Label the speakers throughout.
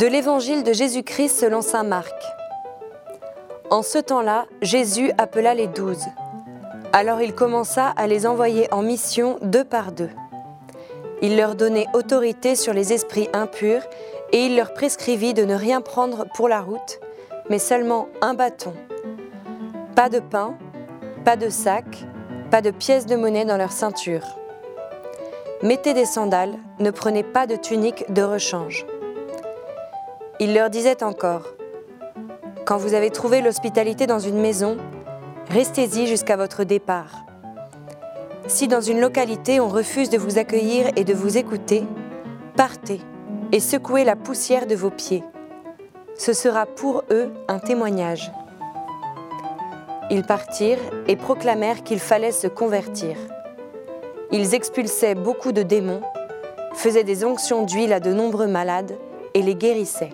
Speaker 1: De l'Évangile de Jésus-Christ selon saint Marc. En ce temps-là, Jésus appela les 12. Alors il commença à les envoyer en mission 2 par 2. Il leur donnait autorité sur les esprits impurs et il leur prescrivit de ne rien prendre pour la route, mais seulement un bâton. Pas de pain, pas de sac, pas de pièces de monnaie dans leur ceinture. Mettez des sandales, ne prenez pas de tunique de rechange. Il leur disait encore : quand vous avez trouvé l'hospitalité dans une maison, restez-y jusqu'à votre départ. Si dans une localité on refuse de vous accueillir et de vous écouter, partez et secouez la poussière de vos pieds. Ce sera pour eux un témoignage. Ils partirent et proclamèrent qu'il fallait se convertir. Ils expulsaient beaucoup de démons, faisaient des onctions d'huile à de nombreux malades et les guérissaient.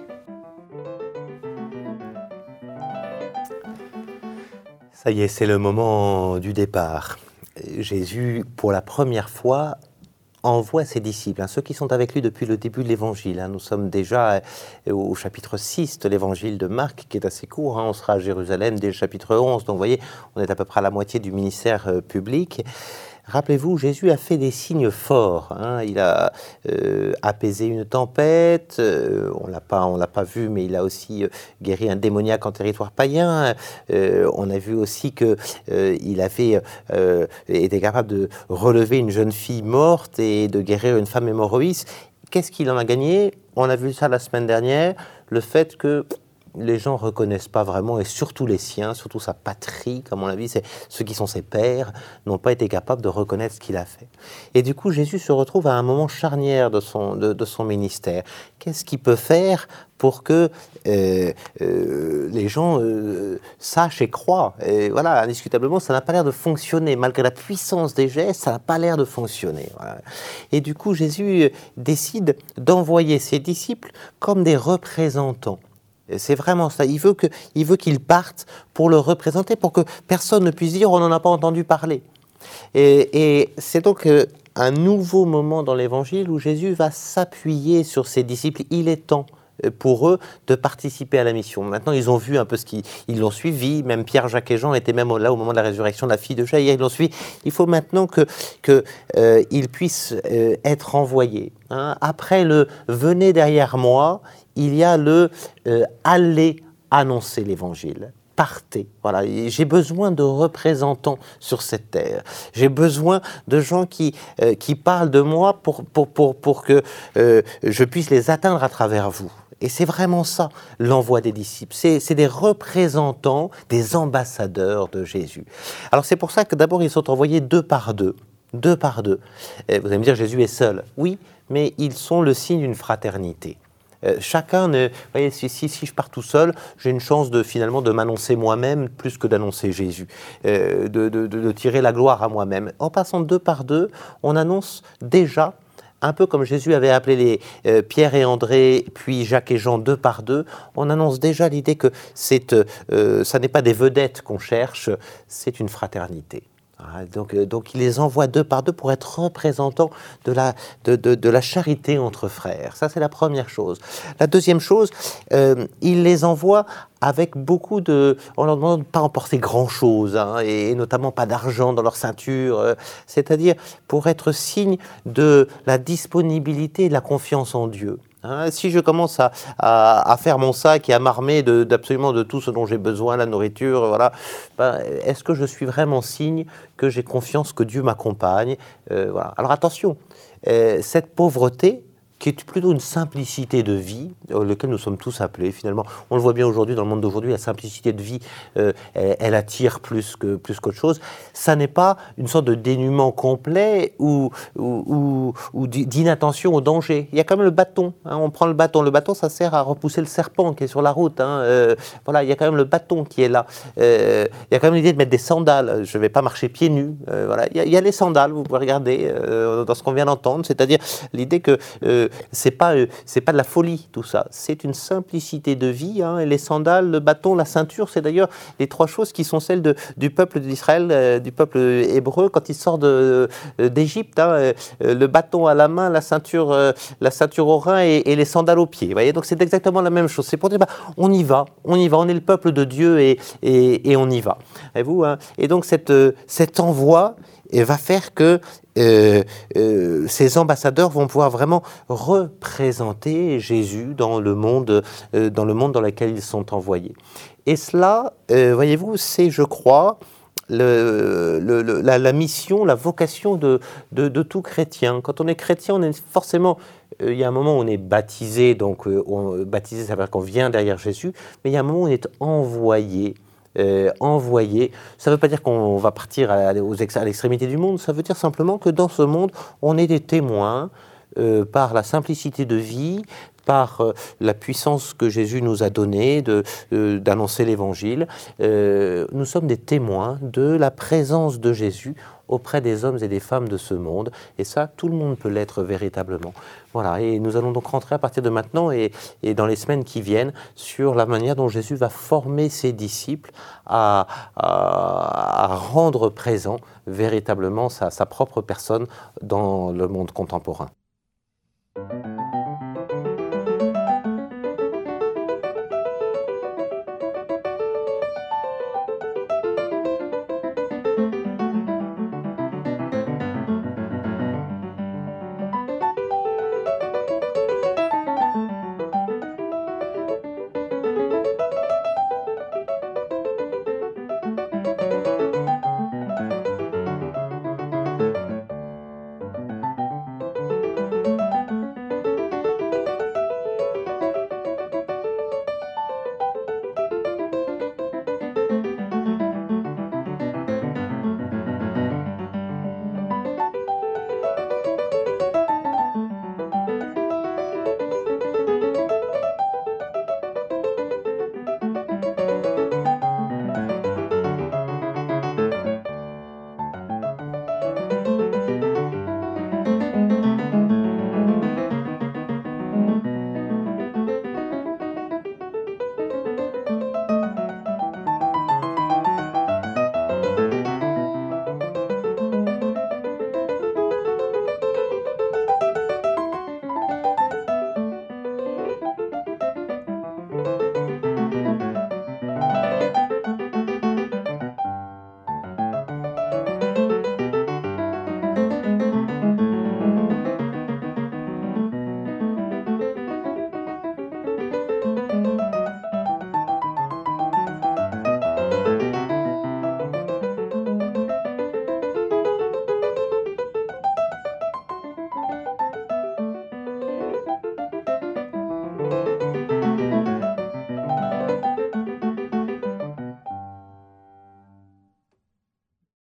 Speaker 2: Ça y est, c'est le moment du départ. Jésus, pour la première fois, envoie ses disciples, ceux qui sont avec lui depuis le début de l'Évangile. Nous sommes déjà au chapitre 6 de l'Évangile de Marc, qui est assez court. On sera à Jérusalem dès le chapitre 11. Donc vous voyez, on est à peu près à la moitié du ministère public. Rappelez-vous, Jésus a fait des signes forts. Il a apaisé une tempête, on l'a pas vu, mais il a aussi guéri un démoniaque en territoire païen. On a vu aussi qu'il avait été capable de relever une jeune fille morte et de guérir une femme hémorroïde. Qu'est-ce qu'il en a gagné ? On a vu ça la semaine dernière, le fait que les gens ne reconnaissent pas vraiment, et surtout les siens, surtout sa patrie, comme on l'a vu, c'est ceux qui sont ses pères, n'ont pas été capables de reconnaître ce qu'il a fait. Et du coup, Jésus se retrouve à un moment charnière de son ministère. Qu'est-ce qu'il peut faire pour que les gens sachent et croient ? Et voilà, indiscutablement, ça n'a pas l'air de fonctionner. Malgré la puissance des gestes, ça n'a pas l'air de fonctionner. Voilà. Et du coup, Jésus décide d'envoyer ses disciples comme des représentants. C'est vraiment ça. Il veut qu'ils partent pour le représenter, pour que personne ne puisse dire « on n'en a pas entendu parler ». Et c'est donc un nouveau moment dans l'Évangile où Jésus va s'appuyer sur ses disciples. Il est temps pour eux de participer à la mission. Maintenant, ils ont vu un peu ils l'ont suivi. Même Pierre, Jacques et Jean étaient même là au moment de la résurrection de la fille de Jaïr. Ils l'ont suivi. Il faut maintenant qu'ils puissent être envoyés. Après le « venez derrière moi », il y a le « aller annoncer l'Évangile ». Partez. Voilà. J'ai besoin de représentants sur cette terre. J'ai besoin de gens qui parlent de moi pour que je puisse les atteindre à travers vous. Et c'est vraiment ça, l'envoi des disciples. C'est des représentants, des ambassadeurs de Jésus. Alors c'est pour ça que d'abord ils sont envoyés 2 par 2. 2 par 2. Vous allez me dire, Jésus est seul. Oui, mais ils sont le signe d'une fraternité. Chacun, vous voyez, si je pars tout seul, j'ai une chance finalement de m'annoncer moi-même plus que d'annoncer Jésus, de tirer la gloire à moi-même. En passant 2 par 2, on annonce déjà, un peu comme Jésus avait appelé Pierre et André, puis Jacques et Jean 2 par 2, on annonce déjà l'idée que ça n'est pas des vedettes qu'on cherche, c'est une fraternité. Donc il les envoie 2 par 2 pour être représentants de la charité entre frères. Ça, c'est la première chose. La deuxième chose, il les envoie avec beaucoup on leur demande de ne pas emporter grand-chose, et notamment pas d'argent dans leur ceinture, c'est-à-dire pour être signe de la disponibilité et de la confiance en Dieu. Si je commence à faire mon sac et à m'armer d'absolument de tout ce dont j'ai besoin, la nourriture, voilà, est-ce que je suis vraiment signe que j'ai confiance que Dieu m'accompagne, voilà. Alors attention, cette pauvreté, qui est plutôt une simplicité de vie, auquel nous sommes tous appelés finalement. On le voit bien aujourd'hui, dans le monde d'aujourd'hui, la simplicité de vie, elle attire plus qu'autre chose. Ça n'est pas une sorte de dénuement complet ou d'inattention au danger. Il y a quand même le bâton. On prend le bâton. Le bâton, ça sert à repousser le serpent qui est sur la route. Voilà, il y a quand même le bâton qui est là. Il y a quand même l'idée de mettre des sandales. Je ne vais pas marcher pieds nus. Voilà, il y a les sandales, vous pouvez regarder dans ce qu'on vient d'entendre, c'est-à-dire l'idée que c'est pas de la folie tout ça, c'est une simplicité de vie. Hein, les sandales, le bâton, la ceinture, c'est d'ailleurs les trois choses qui sont celles du peuple d'Israël, du peuple hébreu quand il sort d'Égypte. Hein, le bâton à la main, la ceinture au rein et les sandales aux pieds. Vous voyez, donc c'est exactement la même chose. C'est pour dire, on y va, on est le peuple de Dieu et on y va. Et vous, hein, et donc cet envoi va faire que ces ambassadeurs vont pouvoir vraiment représenter Jésus dans le monde dans lequel ils sont envoyés. Et cela, voyez-vous, c'est, je crois, la mission, la vocation de tout chrétien. Quand on est chrétien, on est forcément... il y a un moment où on est baptisé, donc baptisé, ça veut dire qu'on vient derrière Jésus, mais il y a un moment où on est envoyé. Ça ne veut pas dire qu'on va partir à l'extrémité du monde, ça veut dire simplement que dans ce monde, on est des témoins par la simplicité de vie, par la puissance que Jésus nous a donnée d'annoncer l'Évangile. Nous sommes des témoins de la présence de Jésus auprès des hommes et des femmes de ce monde. Et ça, tout le monde peut l'être véritablement. Voilà, et nous allons donc rentrer à partir de maintenant et dans les semaines qui viennent sur la manière dont Jésus va former ses disciples à rendre présent véritablement sa propre personne dans le monde contemporain.